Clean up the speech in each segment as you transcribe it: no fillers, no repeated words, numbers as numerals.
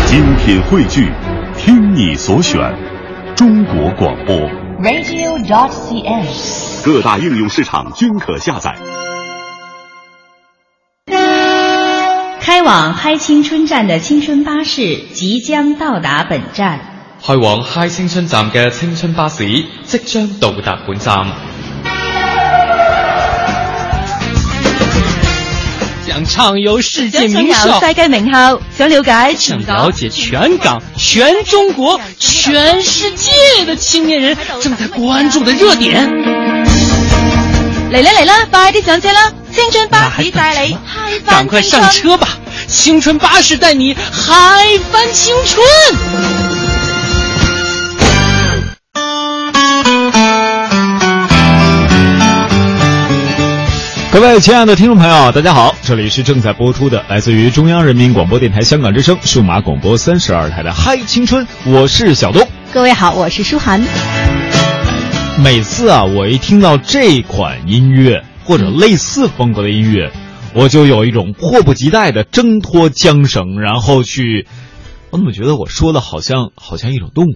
精品汇聚，听你所选，中国广播 radio.cn， 各大应用市场均可下载。 开往嗨青春站的青春巴士即將到達本站。 去往嗨青春站嘅青春巴士即將到達本站。 想暢遊世界名校， 世界名校，想了解全港、全中國、全世界的青年人正在關注的熱點。 嚟啦，快啲上車啦！青春巴士帶你嗨翻青春， 趕快上車吧！青春巴士帶你嗨翻青春。 各位亲爱的听众朋友，大家好，这里是正在播出的来自于中央人民广播电台香港之声数码广播32台的嗨青春，我是小东。 各位好，我是舒涵。 每次啊，我一听到这款音乐或者类似风格的音乐，我就有一种迫不及待的挣脱缰绳，然后去，我怎么觉得我说的好像一种动物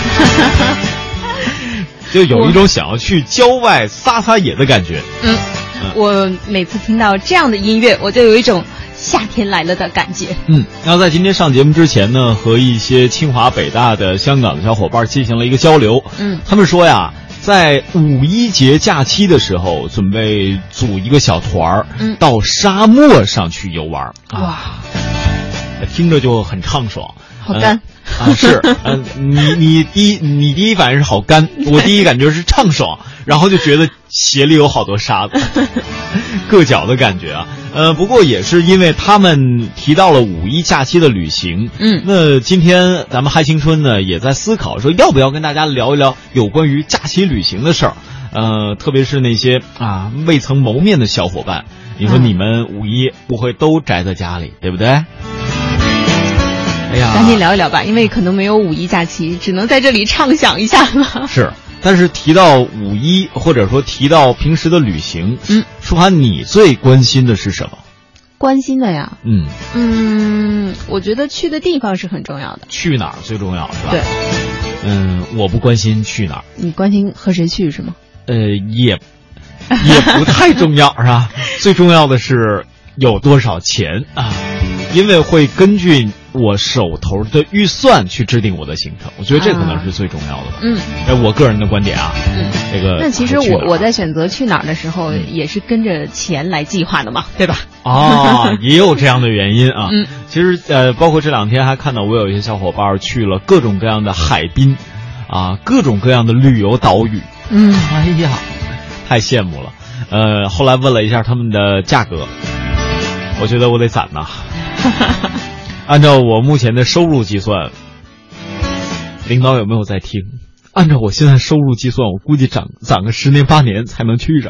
就有一种想要去郊外撒撒野的感觉。 我每次听到这样的音乐，我就有一种夏天来了的感觉。 那在今天上节目之前呢，和一些清华北大的香港的小伙伴进行了一个交流。他们说呀，在5·1节假期的时候，准备组一个小团到沙漠上去游玩。哇，听着就很畅爽。 好干是，你第一反应是好干，我第一感觉是畅爽，然后就觉得鞋里有好多沙子，硌脚的感觉啊。不过也是因为他们提到了5·1假期的旅行，那今天咱们嗨青春呢也在思考说要不要跟大家聊一聊有关于假期旅行的事儿，特别是那些未曾谋面的小伙伴，你说你们5·1不会都宅在家里，对不对？哎呀， 赶紧聊一聊吧，因为可能没有5·1假期，只能在这里畅想一下了。 是，但是提到5·1，或者说提到平时的旅行，舒涵，你最关心的是什么？ 关心的呀，我觉得去的地方是很重要的。 去哪儿最重要是吧？ 对。 我不关心去哪儿。你关心和谁去是吗？ 也不太重要是吧？最重要的是有多少钱啊？因为会根据我手头的预算去制定我的行程，我觉得这可能是最重要的吧。我个人的观点啊。 那其实我在选择去哪儿的时候，也是跟着钱来计划的嘛，对吧？ 也有这样的原因啊。其实包括这2天还看到我有一些小伙伴去了各种各样的海滨各种各样的旅游岛屿。哎呀，太羡慕了。后来问了一下他们的价格，我觉得我得攒呐。按照我目前的收入计算，领导有没有在听？按照我现在收入计算，我估计攒个10年8年才能去上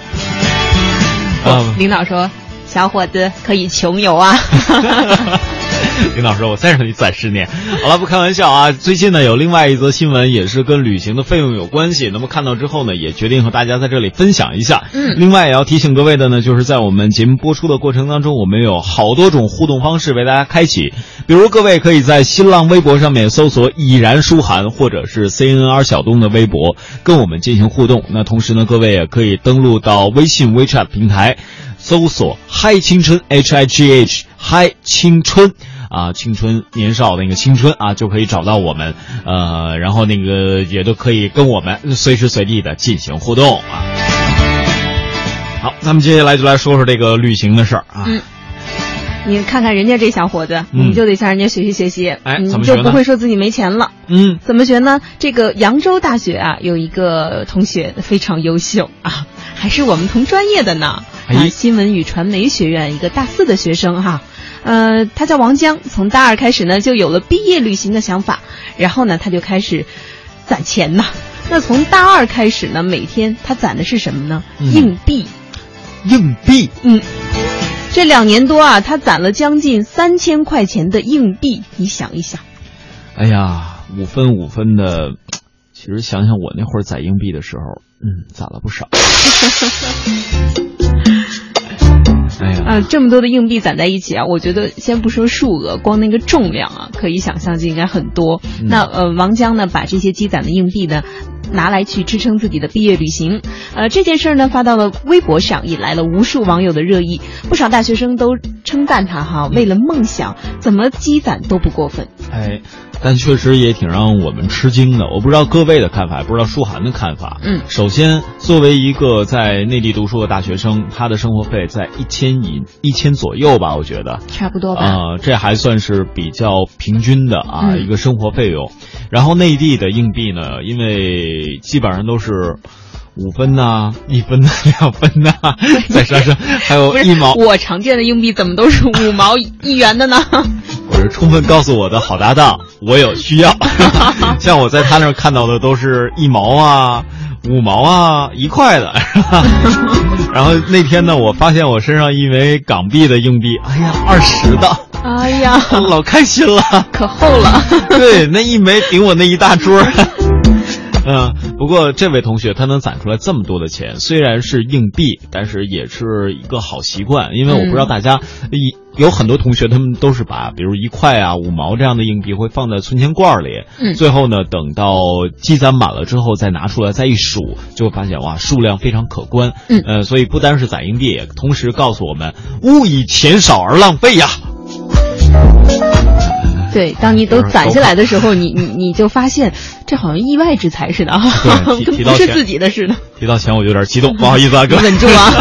领导说：“小伙子可以穷游啊。” 领导说我再让你攒10年。好了，不开玩笑啊。最近呢有另外一则新闻也是跟旅行的费用有关系，那么看到之后呢也决定和大家在这里分享一下。另外也要提醒各位的呢，就是在我们节目播出的过程当中，我们有好多种互动方式为大家开启。比如各位可以在新浪微博上面搜索已然舒涵或者是 CNR 小东的微博跟我们进行互动。那同时呢各位也可以登录到微信 WeChat 平台搜索嗨青春 HIGH 嗨青春青春年少那个青春就可以找到我们，然后那个也都可以跟我们随时随地的进行互动好，咱们接下来就来说说这个旅行的事儿你看看人家这小伙子，你就得向人家学习，你就不会说自己没钱了。怎么学呢？这个扬州大学有一个同学非常优秀还是我们同专业的呢，新闻与传媒学院一个大4的学生他叫王江，从大2开始呢就有了毕业旅行的想法，然后呢他就开始攒钱呢。那从大2开始呢，每天他攒的是什么呢？硬币。这2年多他攒了将近3000块钱的硬币，你想一想。 哎呀，5分5分的，其实想想我那会儿攒硬币的时候，攒了不少。 哎呀， 这么多的硬币攒在一起啊，我觉得先不说数额，光那个重量啊，可以想象就应该很多。那王江呢，把这些积攒的硬币呢，拿来去支撑自己的毕业旅行。这件事呢发到了微博上，引来了无数网友的热议。不少大学生都称赞他哈，为了梦想怎么积攒都不过分。 但确实也挺让我们吃惊的。我不知道各位的看法，也不知道舒涵的看法。首先，作为一个在内地读书的大学生，他的生活费在1000左右吧，我觉得差不多吧。 这还算是比较平均的一个生活费用。然后内地的硬币呢，因为基本上都是5分呐、1分呐、2分呐，再上升还有1毛。 我常见的硬币怎么都是5毛1元的呢？ 我是充分告诉我的好搭档，我有需要。像我在他那儿看到的都是1毛啊、5毛啊、1块的。然后那天呢，我发现我身上一枚港币的硬币，哎呀，20的。 哎呀， 老开心了， 可厚了。 对，那一枚顶我那一大桌。不过这位同学他能攒出来这么多的钱，虽然是硬币，但是也是一个好习惯。因为我不知道大家有很多同学他们都是把比如1块啊、5毛这样的硬币会放在存钱罐里，最后呢等到积攒满了之后再拿出来再一数，就会发现哇，数量非常可观。所以不单是攒硬币，也同时告诉我们勿以钱少而浪费呀。 对，当你都攒下来的时候，你就发现这好像意外之财似的啊，跟不是自己的似的。 提到钱我就有点激动，不好意思啊，哥， 稳住啊。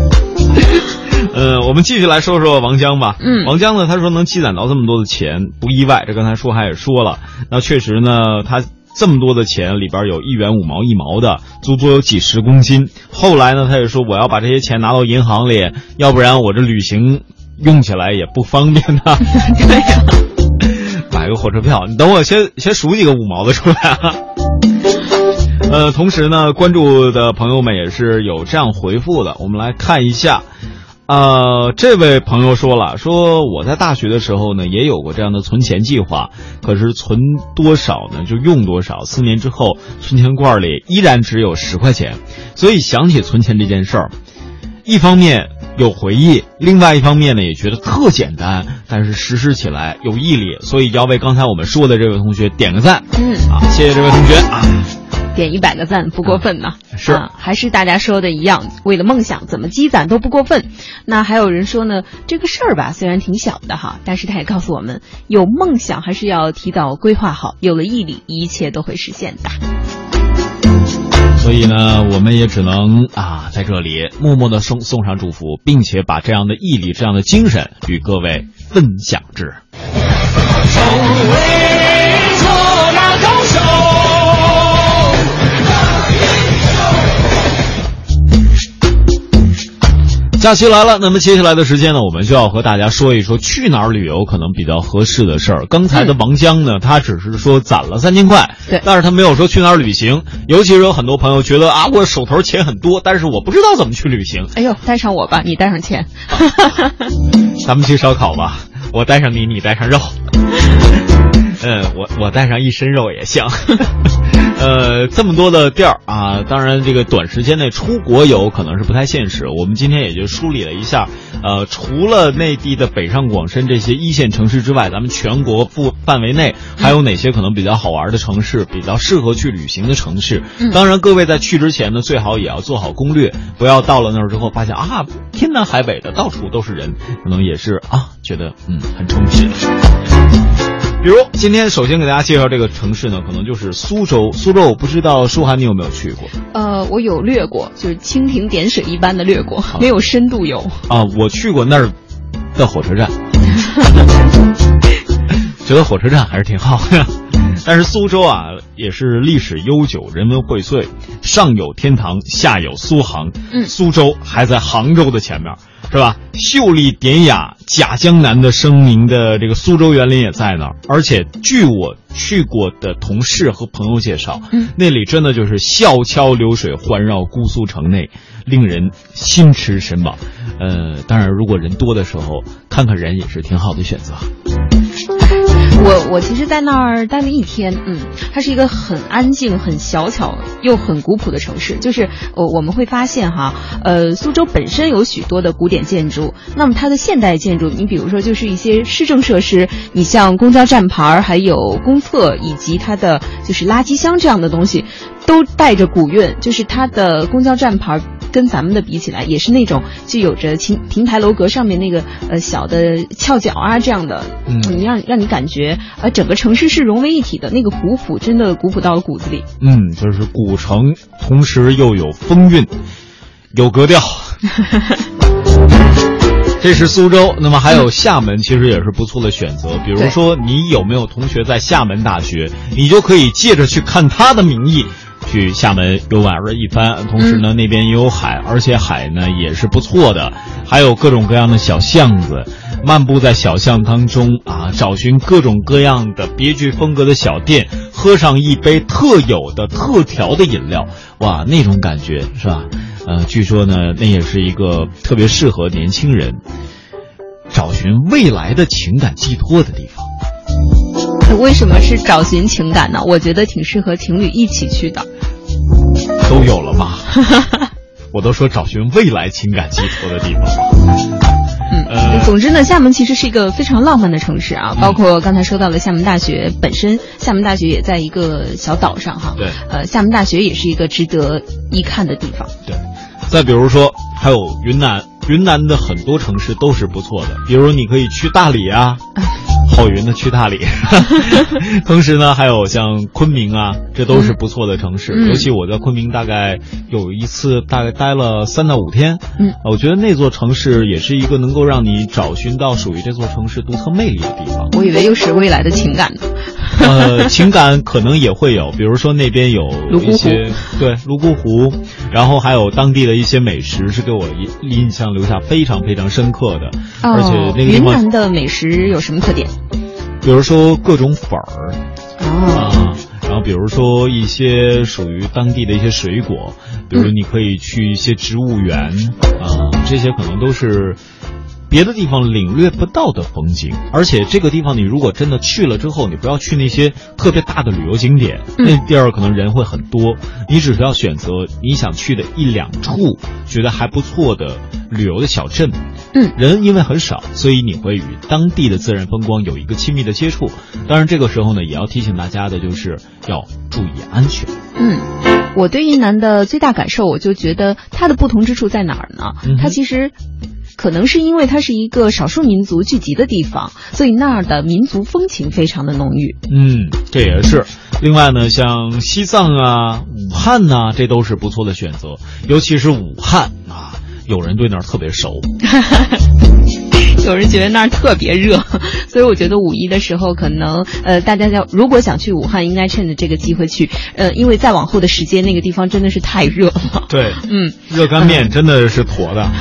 我们继续来说说王江吧。王江呢，他说能积攒到这么多的钱不意外，这刚才舒涵也说了。那确实呢，他这么多的钱里边有1元、5毛、1毛的，足足有几十公斤。后来呢，他也说我要把这些钱拿到银行里，要不然我这旅行用起来也不方便呐。 对呀。 买个火车票，你等我先数几个5毛的出来啊。同时呢，关注的朋友们也是有这样回复的，我们来看一下。这位朋友说了，说我在大学的时候呢也有过这样的存钱计划，可是存多少呢就用多少，4年之后存钱罐里依然只有10块钱。所以想起存钱这件事儿，一方面有回忆，另外一方面呢也觉得特简单，但是实施起来有毅力，所以要为刚才我们说的这位同学点个赞。谢谢这位同学啊， 点100个赞不过分呢。 是还是大家说的一样，为了梦想怎么积攒都不过分。那还有人说呢，这个事儿吧虽然挺小的哈，但是他也告诉我们，有梦想还是要提早规划好，有了毅力一切都会实现的。 所以呢，我们也只能在这里默默地送上祝福，并且把这样的毅力、这样的精神与各位分享之。假期来了，那么接下来的时间呢，我们就要和大家说一说去哪儿旅游可能比较合适的事儿。刚才的王江呢，他只是说攒了3000块， 对， 但是他没有说去哪儿旅行。尤其是有很多朋友觉得我手头钱很多，但是我不知道怎么去旅行。 哎呦，带上我吧，你带上钱。 咱们去烧烤吧，我带上你，你带上肉。我带上一身肉也行。这么多的地儿啊，当然这个短时间内出国游可能是不太现实。我们今天也就梳理了一下，除了内地的北上广深这些1线城市之外，咱们全国范围内还有哪些可能比较好玩的城市，比较适合去旅行的城市。当然各位在去之前呢，最好也要做好攻略，不要到了那儿之后发现天南海北的到处都是人，可能也是觉得很充实。比如今天首先给大家介绍这个城市呢，可能就是苏州。苏州我不知道舒涵你有没有去过？ 我有略过，就是蜻蜓点水一般的略过，没有深度游。 我去过那儿的火车站。觉得火车站还是挺好的。但是苏州也是历史悠久，人文荟萃，上有天堂，下有苏杭。苏州还在杭州的前面，是吧？秀丽典雅甲江南的声名的这个苏州园林也在那儿。而且据我去过的同事和朋友介绍，那里真的就是小桥流水环绕姑苏城内，令人心驰神往。当然如果人多的时候看看人也是挺好的选择。 我其实在那儿待了1天，它是一个很安静、很小巧又很古朴的城市。就是我们会发现哈，苏州本身有许多的古典建筑，那么它的现代建筑，你比如说就是一些市政设施，你像公交站牌，还有公厕，以及它的就是垃圾箱这样的东西，都带着古韵。就是它的公交站牌跟咱们的比起来，也是那种就有着亭台楼阁上面那个小的翘角啊这样的，让你感觉整个城市是融为一体的，那个古朴真的古朴到了骨子里。 就是古城，同时又有风韵，有格调。这是苏州，那么还有厦门，其实也是不错的选择。比如说，你有没有同学在厦门大学，你就可以借着去看他的名义，去厦门游玩一番。同时呢，那边也有海，而且海呢也是不错的，还有各种各样的小巷子，漫步在小巷当中啊，找寻各种各样的别具风格的小店，喝上一杯特有的特调的饮料，哇，那种感觉是吧？据说呢，那也是一个特别适合年轻人找寻未来的情感寄托的地方。 为什么是找寻情感呢？我觉得挺适合情侣一起去的。 都有了吗？我都说找寻未来情感寄托的地方了。 总之呢，厦门其实是一个非常浪漫的城市啊，包括刚才说到的厦门大学本身，厦门大学也在一个小岛上哈。 对。 厦门大学也是一个值得一看的地方。 对。再比如说，还有云南的很多城市都是不错的，比如你可以去大理啊。好云的去大理。同时呢，还有像昆明啊，这都是不错的城市。尤其我在昆明大概有一次大概待了3到5天。我觉得那座城市也是一个能够让你找寻到属于这座城市独特魅力的地方。 我以为又是未来的情感呢。 情感可能也会有，比如说那边有一些泸沽湖，然后还有当地的一些美食是给我印象留下非常非常深刻的。而且那个地方云南的美食有什么特点？ 比如说各种粉儿然后比如说一些属于当地的一些水果，比如你可以去一些植物园这些可能都是别的地方领略不到的风景。而且这个地方你如果真的去了之后，你不要去那些特别大的旅游景点，那地儿可能人会很多，你只是要选择你想去的1-2处觉得还不错的旅游的小镇。人因为很少，所以你会与当地的自然风光有一个亲密的接触。当然这个时候呢，也要提醒大家的就是要注意安全。 我对云南的最大感受，我就觉得它的不同之处在哪儿呢？它其实可能是因为它是一个少数民族聚集的地方，所以那儿的民族风情非常的浓郁。 这也是。另外呢，像西藏啊、武汉啊，这都是不错的选择。尤其是武汉啊，有人对那儿特别熟。 有人觉得那儿特别热，所以我觉得5·1的时候，可能大家如果想去武汉，应该趁着这个机会去，因为再往后的时间，那个地方真的是太热了。 对，热干面真的是坨的。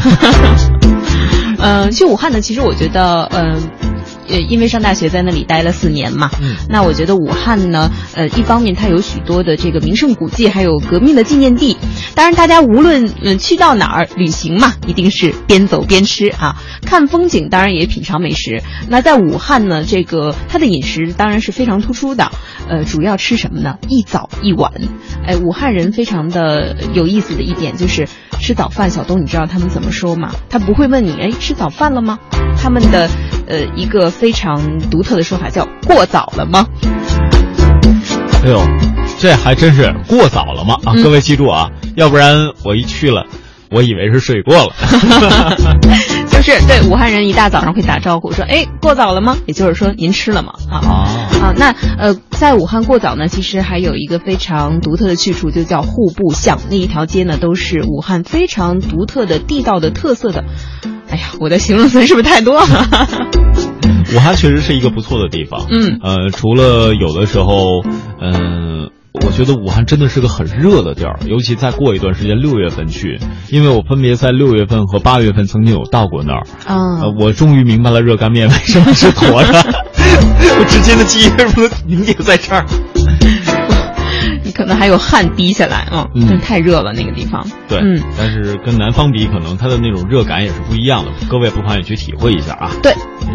去武汉呢，其实我觉得，因为上大学在那里待了4年嘛，那我觉得武汉呢，一方面它有许多的这个名胜古迹，还有革命的纪念地。当然，大家无论去到哪儿旅行嘛，一定是边走边吃啊，看风景，当然也品尝美食。那在武汉呢，这个它的饮食当然是非常突出的，主要吃什么呢？一早一晚。武汉人非常的有意思的一点就是吃早饭。小东，你知道他们怎么说吗？他不会问你，吃早饭了吗？他们的一个非常独特的说法叫过早了吗？ 哎呦，这还真是过早了吗？各位记住啊，要不然我一去了，我以为是睡过了。 就是对武汉人一大早上会打招呼说，过早了吗？也就是说您吃了吗？那在武汉过早呢，其实还有一个非常独特的去处，就叫户部巷。那一条街呢，都是武汉非常独特的地道的特色的。哎呀，我的形容词是不是太多了？ 武汉确实是一个不错的地方。除了有的时候，我觉得武汉真的是个很热的地儿，尤其再过一段时间6月份去，因为我分别在6月份和8月份曾经有到过那儿。我终于明白了热干面为什么是坨的。我之前的记忆为什么凝结在这儿？ 你可能还有汗滴下来太热了那个地方。 对，但是跟南方比，可能它的那种热感也是不一样的，各位不妨也去体会一下啊。 对。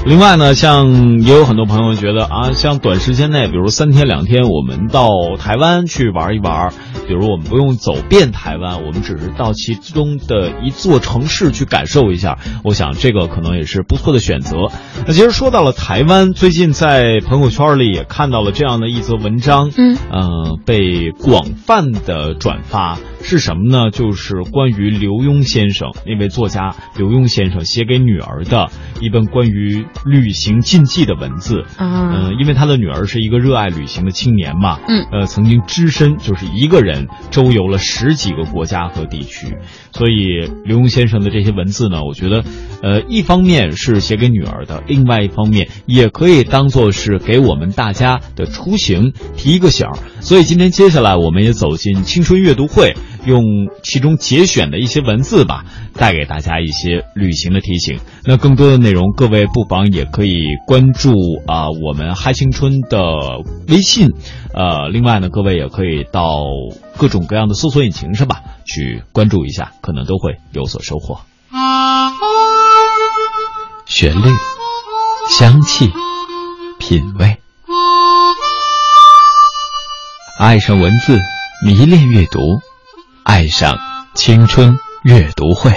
另外呢，像也有很多朋友觉得啊，像短时间内，比如3天2天，我们到台湾去玩一玩，比如我们不用走遍台湾，我们只是到其中的一座城市去感受一下，我想这个可能也是不错的选择。那其实说到了台湾，最近在朋友圈里也看到了这样的一则文章，被广泛的转发。是什么呢？就是关于刘墉先生，那位作家刘墉先生写给女儿的一本关于旅行禁忌的文字。因为他的女儿是一个热爱旅行的青年嘛，曾经只身就是一个人周游了10几个国家和地区，所以刘墉先生的这些文字呢，我觉得一方面是写给女儿的，另外一方面也可以当作是给我们大家的出行提一个醒儿。所以今天接下来我们也走进青春阅读会，用其中节选的一些文字吧，带给大家一些旅行的提醒。那更多的内容，各位不妨也可以关注我们嗨青春的微信，另外呢，各位也可以到各种各样的搜索引擎上吧，去关注一下，可能都会有所收获。 旋律、香气、品味，爱上文字，迷恋阅读，爱上青春阅读会。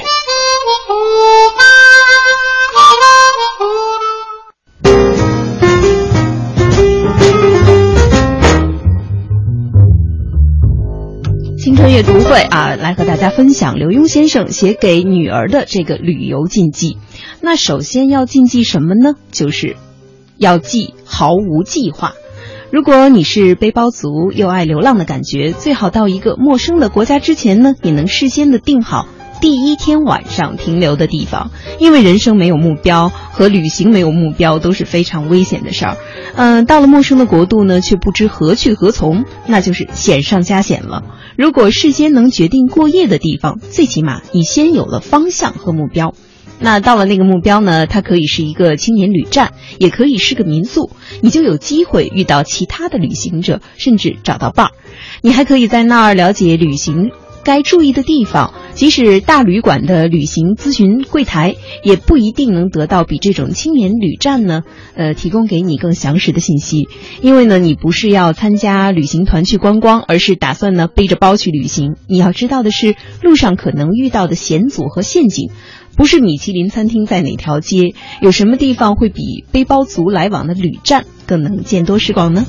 青春阅读会来和大家分享刘墉先生写给女儿的这个旅游禁忌。那首先要禁忌什么呢？就是要忌毫无计划。如果你是背包族，又爱流浪的感觉，最好到一个陌生的国家之前呢，也能事先的定好第一天晚上停留的地方，因为人生没有目标和旅行没有目标都是非常危险的事儿。到了陌生的国度呢，却不知何去何从，那就是险上加险了。如果事先能决定过夜的地方，最起码你先有了方向和目标。那到了那个目标呢，它可以是一个青年旅站，也可以是个民宿，你就有机会遇到其他的旅行者，甚至找到伴儿。你还可以在那儿了解旅行该注意的地方，即使大旅馆的旅行咨询柜台也不一定能得到比这种青年旅站呢提供给你更详实的信息。因为呢，你不是要参加旅行团去观光，而是打算呢背着包去旅行。你要知道的是，路上可能遇到的险阻和陷阱，不是米其林餐厅在哪条街，有什么地方会比背包族来往的旅站更能见多识广呢？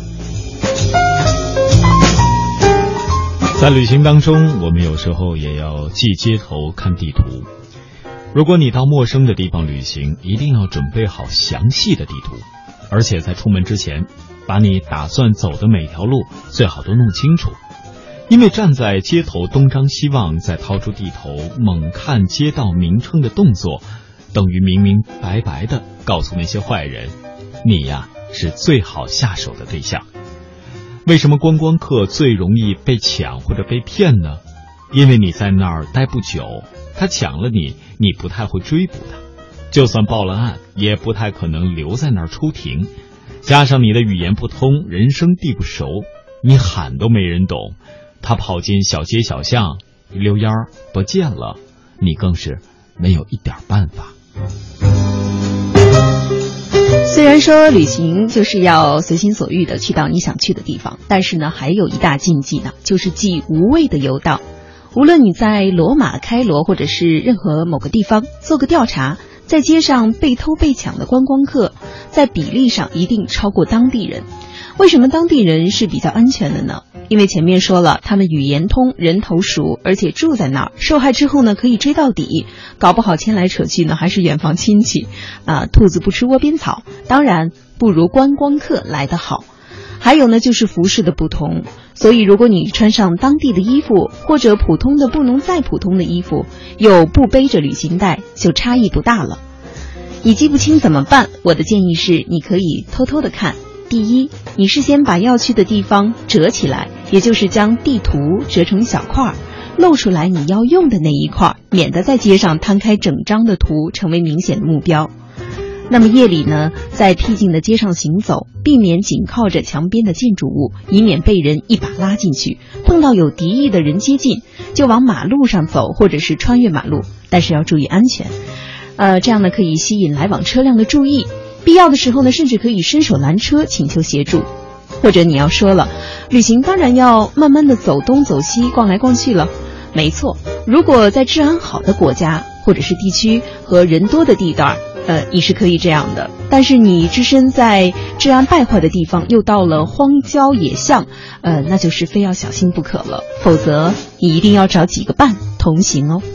在旅行当中，我们有时候也要记街头看地图。如果你到陌生的地方旅行，一定要准备好详细的地图，而且在出门之前，把你打算走的每条路最好都弄清楚。因为站在街头东张西望，再掏出地头猛看街道名称的动作，等于明明白白的告诉那些坏人，你呀是最好下手的对象。为什么观光客最容易被抢或者被骗呢？因为你在那儿待不久，他抢了你，你不太会追捕他，就算报了案，也不太可能留在那儿出庭。加上你的语言不通，人生地不熟，你喊都没人懂。他跑进小街小巷，一溜烟儿不见了，你更是没有一点办法。 虽然说旅行就是要随心所欲的去到你想去的地方，但是呢，还有一大禁忌呢，就是忌无谓的游荡。无论你在罗马、开罗或者是任何某个地方做个调查，在街上被偷被抢的观光客，在比例上一定超过当地人。为什么当地人是比较安全的呢？因为前面说了，他们语言通，人头熟，而且住在那儿，受害之后呢可以追到底，搞不好牵来扯去呢还是远房亲戚兔子不吃窝边草，当然不如观光客来得好。还有呢，就是服饰的不同，所以如果你穿上当地的衣服，或者普通的不能再普通的衣服，又不背着旅行袋，就差异不大了。你记不清怎么办？我的建议是，你可以偷偷的看。第一，你事先把要去的地方折起来，也就是将地图折成小块，露出来你要用的那一块，免得在街上摊开整张的图，成为明显的目标。那么夜里呢，在僻静的街上行走，避免紧靠着墙边的建筑物，以免被人一把拉进去。碰到有敌意的人接近，就往马路上走，或者是穿越马路，但是要注意安全。这样呢可以吸引来往车辆的注意。 必要的时候呢，甚至可以伸手拦车请求协助。或者你要说了，旅行当然要慢慢的走东走西，逛来逛去了。没错，如果在治安好的国家或者是地区和人多的地段，你是可以这样的。但是你置身在治安败坏的地方，又到了荒郊野巷，那就是非要小心不可了。否则你一定要找几个伴同行哦。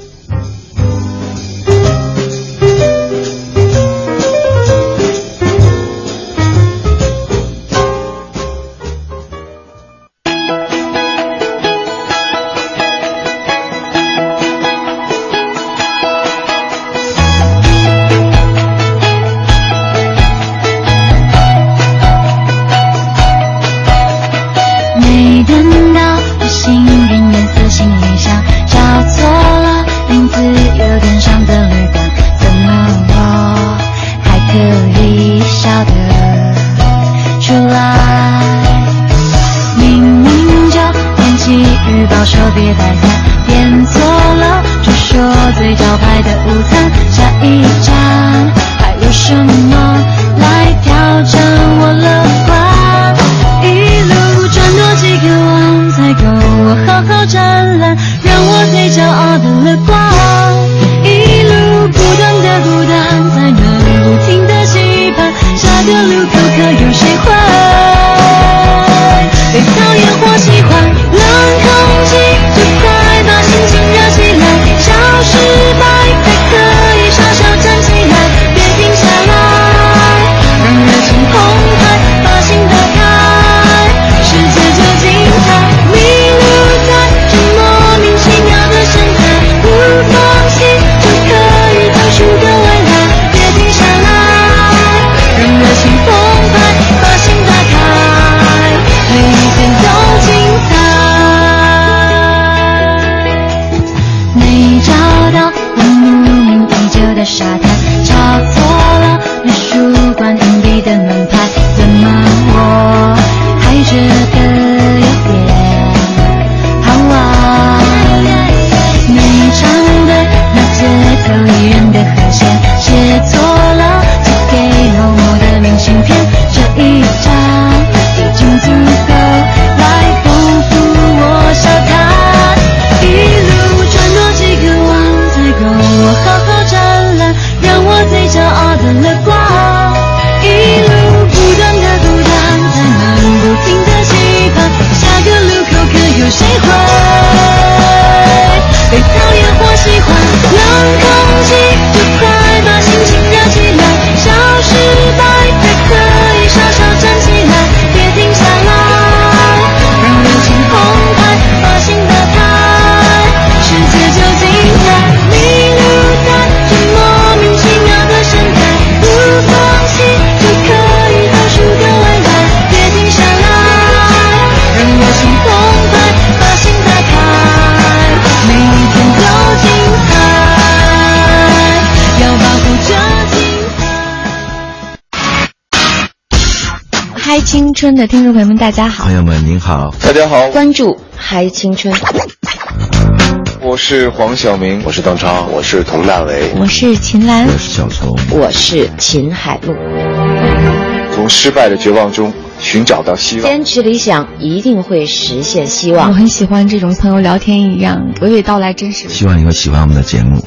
青春的听众朋友们大家好， 朋友们您好， 大家好， 关注嗨青春。 我是黄晓明， 我是邓超， 我是佟大为， 我是秦岚， 我是小虫， 我是秦海璐。 从失败的绝望中寻找到希望， 坚持理想一定会实现希望。 我很喜欢这种朋友聊天一样娓娓道来真实， 希望你会喜欢我们的节目。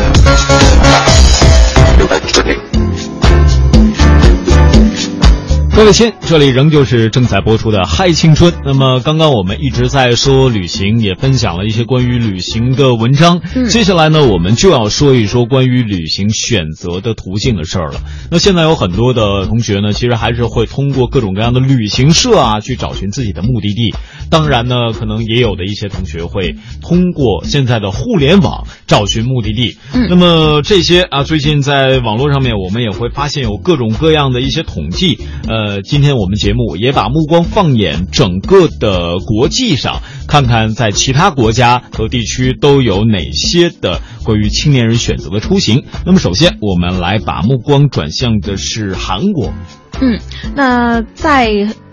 各位亲，这里仍旧是正在播出的嗨青春。那么刚刚我们一直在说旅行，也分享了一些关于旅行的文章。接下来呢，我们就要说一说关于旅行选择的途径的事儿了。那现在有很多的同学呢，其实还是会通过各种各样的旅行社啊，去找寻自己的目的地。当然呢，可能也有的一些同学会通过现在的互联网找寻目的地。那么这些啊，最近在网络上面我们也会发现有各种各样的一些统计。今天我们节目也把目光放眼整个的国际上，看看在其他国家和地区都有哪些的关于青年人选择的出行。那么首先我们来把目光转向的是韩国。 那在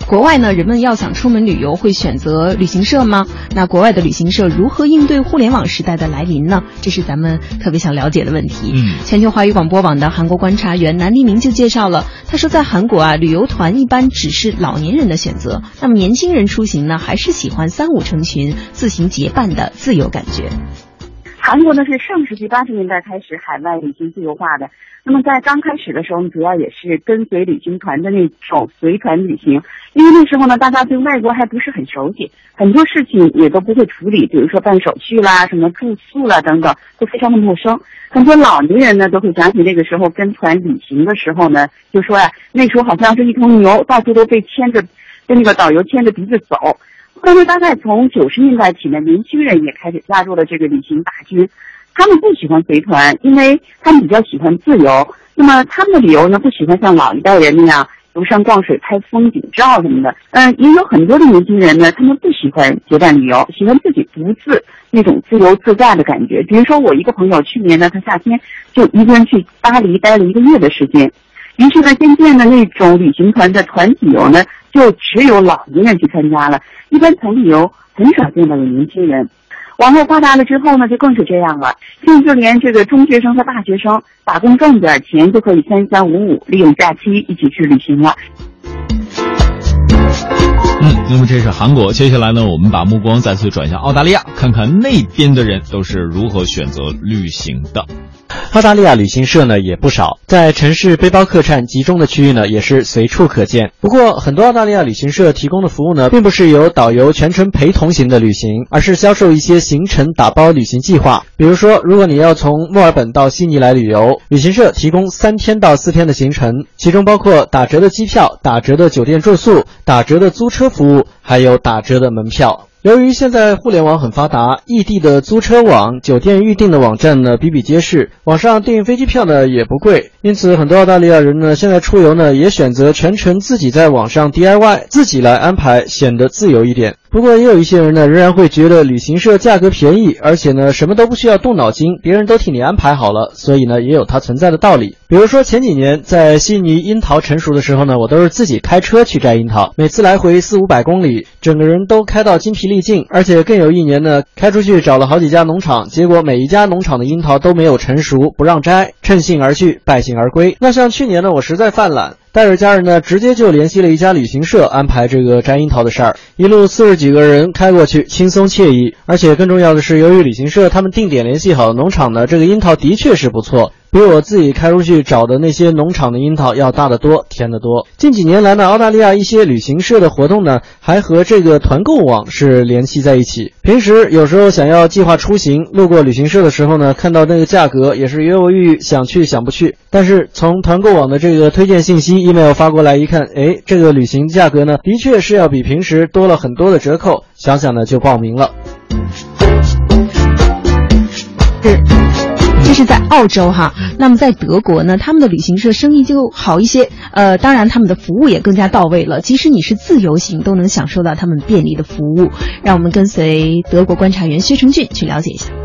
国外呢，人们要想出门旅游会选择旅行社吗？那国外的旅行社如何应对互联网时代的来临呢？这是咱们特别想了解的问题。全球华语广播网的韩国观察员南立明就介绍了，他说在韩国啊，旅游团一般只是老年人的选择，那么年轻人出行呢，还是喜欢3-5成群自行结伴的自由感觉。 韩国呢是上世纪80年代开始海外旅行自由化的，那么在刚开始的时候，主要也是跟随旅行团的那种随团旅行，因为那时候呢，大家对外国还不是很熟悉，很多事情也都不会处理，比如说办手续啦、什么住宿啦等等，都非常的陌生。很多老年人呢都会想起那个时候跟团旅行的时候呢，就说呀，那时候好像是一头牛，到处都被牵着，被那个导游牵着鼻子走。但是大概从90年代起呢，年轻人也开始加入了这个旅行大军。他们不喜欢随团，因为他们比较喜欢自由。那么他们的旅游呢，不喜欢像老一代人那样游山逛水、拍风景照什么的。也有很多的年轻人呢，他们不喜欢结伴旅游，喜欢自己独自那种自由自在的感觉。比如说我一个朋友，去年呢，他夏天就一个人去巴黎待了1个月的时间。于是呢，渐渐的那种旅行团的团体游呢，就只有老年人去参加了，一般团体游很少见到有年轻人。网络发达了之后呢，就更是这样了，甚至连这个中学生和大学生打工挣点钱就可以3355利用假期一起去旅行了。 那么这是韩国，接下来呢，我们把目光再次转向澳大利亚，看看那边的人都是如何选择旅行的。 澳大利亚旅行社呢也不少，在城市背包客栈集中的区域呢也是随处可见。不过很多澳大利亚旅行社提供的服务呢，并不是由导游全程陪同型的旅行，而是销售一些行程打包旅行计划。比如说，如果你要从墨尔本到悉尼来旅游，旅行社提供3天到4天的行程，其中包括打折的机票、打折的酒店住宿、打折的租车服务，还有打折的门票。由于现在互联网很发达，异地的租车网、酒店预订的网站呢比比皆是，网上订飞机票呢也不贵，因此很多澳大利亚人呢现在出游呢也选择全程自己在网上 DIY， 自己来安排，显得自由一点。不过也有一些人呢仍然会觉得旅行社价格便宜，而且呢什么都不需要动脑筋，别人都替你安排好了，所以呢也有它存在的道理。比如说前几年在悉尼樱桃成熟的时候呢，我都是自己开车去摘樱桃，每次来回400-500公里，整个人都开到精疲力尽。而且更有一年呢，开出去找了好几家农场，结果每一家农场的樱桃都没有成熟，不让摘，趁兴而去，败兴而归。那像去年呢，我实在犯懒，带着家人呢直接就联系了一家旅行社，安排这个摘樱桃的事儿，一路40几个人开过去，轻松惬意。而且更重要的是，由于旅行社他们定点联系好农场呢，这个樱桃的确是不错，比我自己开出去找的那些农场的樱桃要大得多，甜得多。近几年来呢，澳大利亚一些旅行社的活动呢，还和这个团购网是联系在一起。平时有时候想要计划出行，路过旅行社的时候呢，看到那个价格也是犹犹豫豫，想去想不去。但是从团购网的这个推荐信息 email 发过来一看，这个旅行价格呢，的确是要比平时多了很多的折扣，想想呢就报名了。 这是在澳洲哈，那么在德国呢，他们的旅行社生意就好一些，当然他们的服务也更加到位了，即使你是自由行都能享受到他们便利的服务。让我们跟随德国观察员薛成俊去了解一下。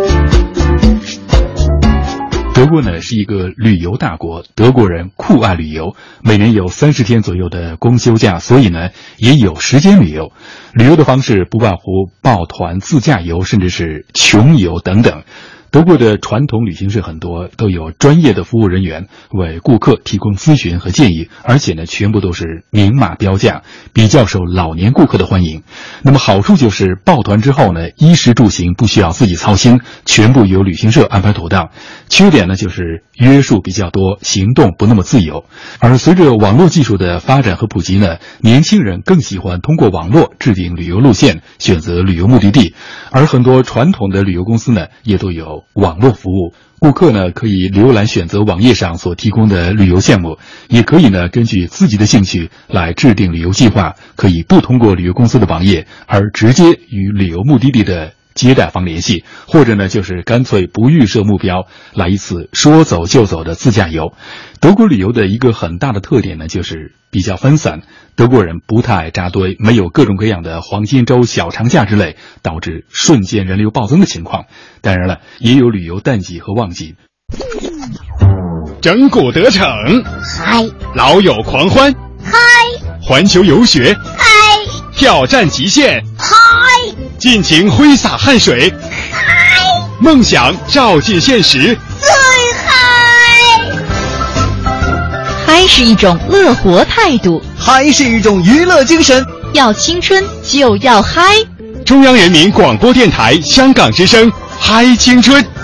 德国呢是一个旅游大国，德国人酷爱旅游，每年有30天左右的公休假，所以呢也有时间旅游。旅游的方式不外乎抱团、自驾游，甚至是穷游等等。德国的传统旅行社很多都有专业的服务人员为顾客提供咨询和建议，而且呢全部都是明码标价，比较受老年顾客的欢迎。那么好处就是抱团之后呢，衣食住行不需要自己操心，全部由旅行社安排妥当。缺点呢就是约束比较多，行动不那么自由。而随着网络技术的发展和普及呢，年轻人更喜欢通过网络制定旅游路线，选择旅游目的地，而很多传统的旅游公司呢也都有网络服务，顾客呢可以浏览选择网页上所提供的旅游项目，也可以呢根据自己的兴趣来制定旅游计划，可以不通过旅游公司的网页，而直接与旅游目的地的接待方联系，或者呢就是干脆不预设目标，来一次说走就走的自驾游。德国旅游的一个很大的特点呢就是比较分散，德国人不太爱扎堆，没有各种各样的黄金周、小长假之类，导致瞬间人流暴增的情况。当然了，也有旅游淡季和旺季。 整蛊得逞， 嗨； 老友狂欢， 嗨； 环球游学， 嗨； 挑战极限， 嗨； 尽情挥洒汗水， 嗨； 梦想照进现实， 最嗨。 嗨是一种乐活态度， 嗨是一种娱乐精神。 要青春就要嗨。 中央人民广播电台香港之声，嗨青春。